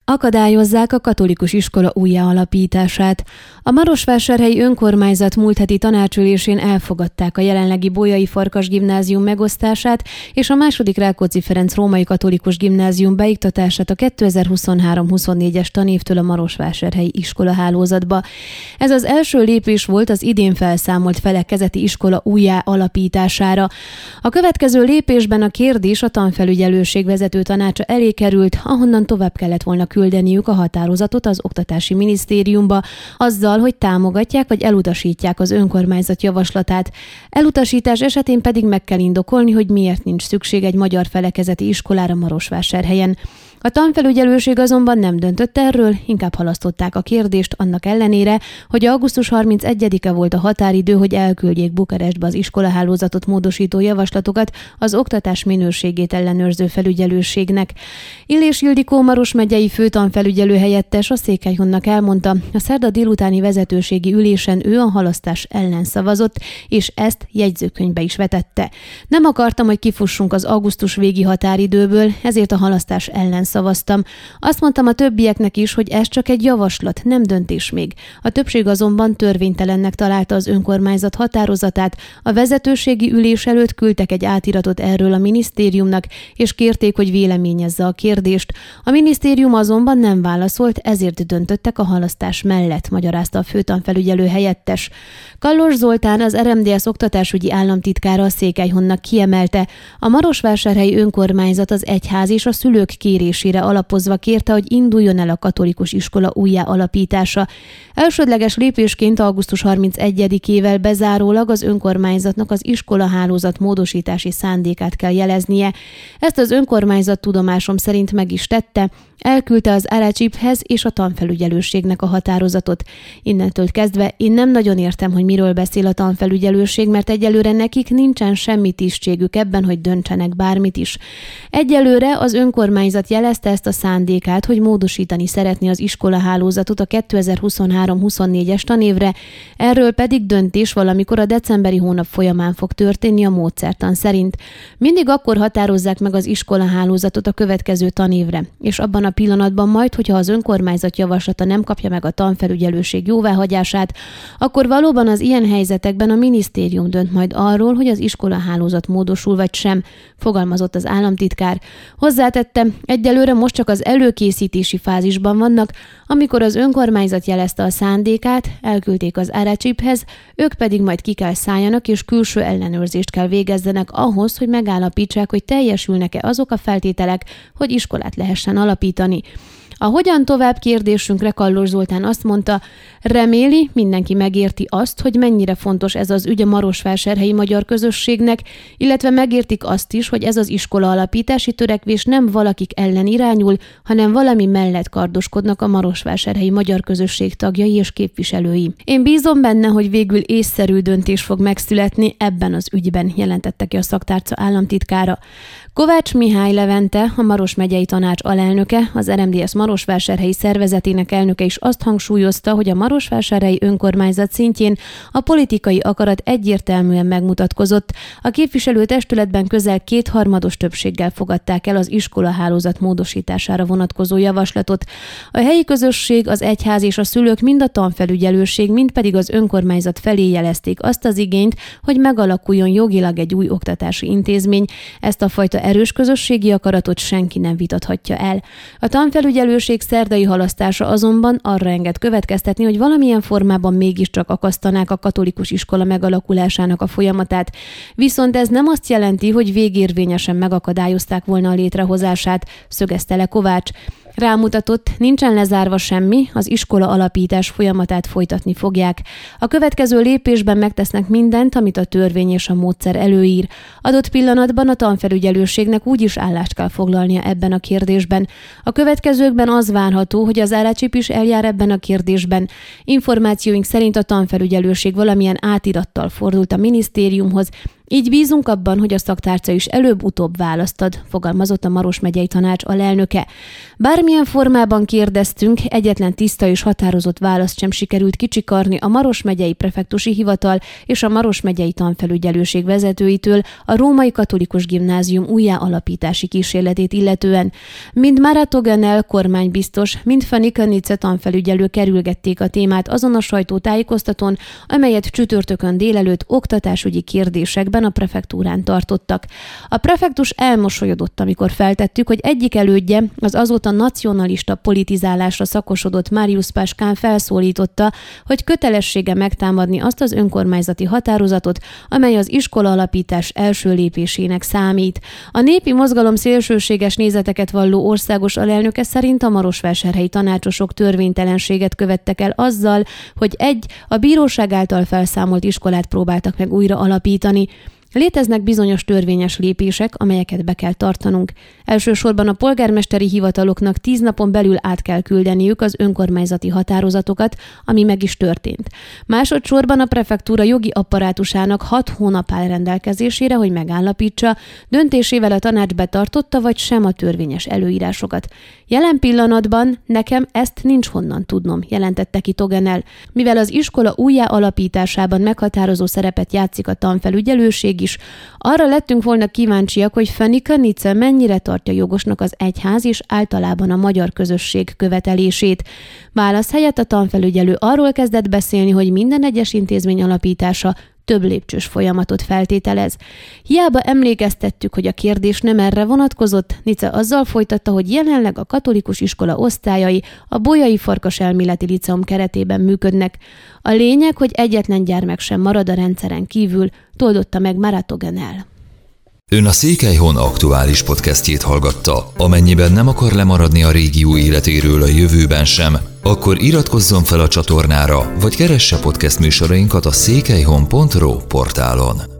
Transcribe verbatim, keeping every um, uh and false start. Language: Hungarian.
Akadályozzák a katolikus iskola újjáalapítását. A Marosvásárhelyi önkormányzat múlt heti tanácsülésén elfogadták a jelenlegi Bolyai Farkas gimnázium megosztását és a második Rákóczi Ferenc római katolikus gimnázium beiktatását a kétezer-huszonhárom huszonnégyes tanévtől a Marosvásárhelyi iskolahálózatba. Ez az első lépés volt az idén felszámolt felekezeti iskola újjáalapítására. A következő lépésben a kérdés a tanfelügyelőség vezető tanácsa elé került, ahonnan tovább kellett volna küldeniük a határozatot az Oktatási Minisztériumba, azzal, hogy támogatják vagy elutasítják az önkormányzat javaslatát. Elutasítás esetén pedig meg kell indokolni, hogy miért nincs szükség egy magyar felekezeti iskolára Marosvásárhelyen. A tanfelügyelőség azonban nem döntött erről, inkább halasztották a kérdést annak ellenére, hogy augusztus harmincegyedike volt a határidő, hogy elküldjék Bukarestbe az iskolahálózatot módosító javaslatokat az oktatás minőségét ellenőrző felügyelőségnek. Illés Ildikó Maros megyei főtanfelügyelő helyettes a Székelyhonnak elmondta, a szerda délutáni vezetőségi ülésen ő a halasztás ellen szavazott, és ezt jegyzőkönyvbe is vetette. Nem akartam, hogy kifussunk az augusztus végi határidőből, ezért a halasztás ellen szavaztam. Azt mondtam a többieknek is, hogy ez csak egy javaslat, nem döntés még. A többség azonban törvénytelennek találta az önkormányzat határozatát. A vezetőségi ülés előtt küldtek egy átiratot erről a minisztériumnak, és kérték, hogy véleményezze a kérdést. A minisztérium azonban nem válaszolt, ezért döntöttek a halasztás mellett, magyarázta a főtanfelügyelő helyettes. Kallos Zoltán, az er em dé es oktatásügyi államtitkára a Székelyhonnak kiemelte, a Marosvásárhelyi önkormányzat az egyház és a szülők kérésére alapozva kérte, hogy induljon el a katolikus iskola újjáalapítása. Elsődleges lépésként augusztus harmincegyedikével bezárólag az önkormányzatnak az iskolahálózat módosítási szándékát kell jeleznie. Ezt az önkormányzat tudomásom szerint meg is tette, elküldte az á er á cé i pé-hez és a tanfelügyelőségnek a határozatot. Innentől kezdve én nem nagyon értem, hogy miről beszél a tanfelügyelőség, mert egyelőre nekik nincsen semmi tisztségük ebben, hogy döntsenek bármit is. Egyelőre az önkormányzat jelezte ezt a szándékát, hogy módosítani szeretné az iskolahálózatot a kétezer-huszonhárom huszonnégyes tanévre, erről pedig döntés valamikor a decemberi hónap folyamán fog történni a módszertan szerint. Mindig akkor határozzák meg az iskolahálózatot a következő tanévre, és abban a pillanatban majd, hogyha az önkormányzat javaslata nem kapja meg a tanfelügyelőség jóváhagyását, akkor valóban az ilyen helyzetekben a minisztérium dönt majd arról, hogy az iskolahálózat módosul vagy sem, fogalmazott az államtitkár. Hozzátette, egyelőre most csak az előkészítési fázisban vannak, amikor az önkormányzat jelezte a szándékát, elküldték az á er á cé i pé-hez, ők pedig majd ki kell szálljanak és külső ellenőrzést kell végezzenek ahhoz, hogy megállapítsák, hogy teljesülnek-e azok a feltételek, hogy iskolát lehessen alapítani. A hogyan tovább kérdésünkre Kallos Zoltán azt mondta, reméli, mindenki megérti azt, hogy mennyire fontos ez az ügy a marosvásárhelyi magyar közösségnek, illetve megértik azt is, hogy ez az iskola alapítási törekvés nem valakik ellen irányul, hanem valami mellett kardoskodnak a marosvásárhelyi magyar közösség tagjai és képviselői. Én bízom benne, hogy végül észszerű döntés fog megszületni ebben az ügyben, jelentette ki a szaktárca államtitkára. Kovács Mihály Levente, a Maros megyei tanács alelnöke, az er em dé es Marosvásárhelyi szervezetének elnöke is azt hangsúlyozta, hogy a Marosvásárhelyi önkormányzat szintjén a politikai akarat egyértelműen megmutatkozott. A képviselőtestületben közel kétharmados többséggel fogadták el az iskolahálózat módosítására vonatkozó javaslatot. A helyi közösség, az egyház és a szülők mind a tanfelügyelőség, mind pedig az önkormányzat felé jelezték azt az igényt, hogy megalakuljon jogilag egy új oktatási intézmény. Ezt a fajta erős közösségi akaratot senki nem vitathatja el. A tanfelügyelőség szerdai halasztása azonban arra enged következtetni, hogy valamilyen formában mégiscsak akasztanák a katolikus iskola megalakulásának a folyamatát. Viszont ez nem azt jelenti, hogy végérvényesen megakadályozták volna a létrehozását, szögezte le Kovács. Rámutatott, nincsen lezárva semmi, az iskola alapítás folyamatát folytatni fogják. A következő lépésben megtesznek mindent, amit a törvény és a módszer előír. Adott pillanatban a tanfelügyelőségnek úgyis állást kell foglalnia ebben a kérdésben. A következőkben az várható, hogy az á er á cé i pé is eljár ebben a kérdésben. Információink szerint a tanfelügyelőség valamilyen átirattal fordult a minisztériumhoz, Így bízunk abban, hogy a szaktárca is előbb-utóbb választ ad, fogalmazott a Maros megyei tanács alelnöke. Bármilyen formában kérdeztünk, egyetlen tiszta és határozott választ sem sikerült kicsikarni a Maros megyei prefektusi hivatal és a Maros megyei tanfelügyelőség vezetőitől a Római Katolikus Gimnázium újjáalapítási kísérletét illetően. Mind Marato Ganell kormánybiztos, mind Fanny Könice tanfelügyelő kerülgették a témát azon a sajtótájékoztatón, amelyet csütörtökön délelőtt oktatásügyi kérdésekben a prefektúrán tartottak. A prefektus elmosolyodott, amikor feltettük, hogy egyik elődje, az azóta nacionalista politizálásra szakosodott Mariusz Páskán felszólította, hogy kötelessége megtámadni azt az önkormányzati határozatot, amely az iskola alapítás első lépésének számít. A népi mozgalom szélsőséges nézeteket valló országos alelnöke szerint a marosvásárhelyi tanácsosok törvénytelenséget követtek el azzal, hogy egy, a bíróság által felszámolt iskolát próbáltak meg újra alapítani. Léteznek bizonyos törvényes lépések, amelyeket be kell tartanunk. Elsősorban a polgármesteri hivataloknak tíz napon belül át kell küldeniük az önkormányzati határozatokat, ami meg is történt. Másodszorban a prefektúra jogi apparátusának hat hónap áll rendelkezésére, hogy megállapítsa, döntésével a tanács betartotta vagy sem a törvényes előírásokat. Jelen pillanatban nekem ezt nincs honnan tudnom, jelentette ki Ganell. Mivel az iskola újjáalapításában meghatározó szerepet játszik a tanfelügyelőség is, arra lettünk volna kíváncsiak, hogy Fanny Könice mennyire tartja jogosnak az egyház és általában a magyar közösség követelését. Válasz helyett a tanfelügyelő arról kezdett beszélni, hogy minden egyes intézmény alapítása több lépcsős folyamatot feltételez. Hiába emlékeztettük, hogy a kérdés nem erre vonatkozott, Nice azzal folytatta, hogy jelenleg a katolikus iskola osztályai a Bolyai Farkas Elméleti Liceum keretében működnek. A lényeg, hogy egyetlen gyermek sem marad a rendszeren kívül, toldotta meg Marato Ganell. Ön a Székelyhon aktuális podcastjét hallgatta. Amennyiben nem akar lemaradni a régió életéről a jövőben sem, akkor iratkozzon fel a csatornára, vagy keresse podcast műsorainkat a székelyhon pont ro portálon.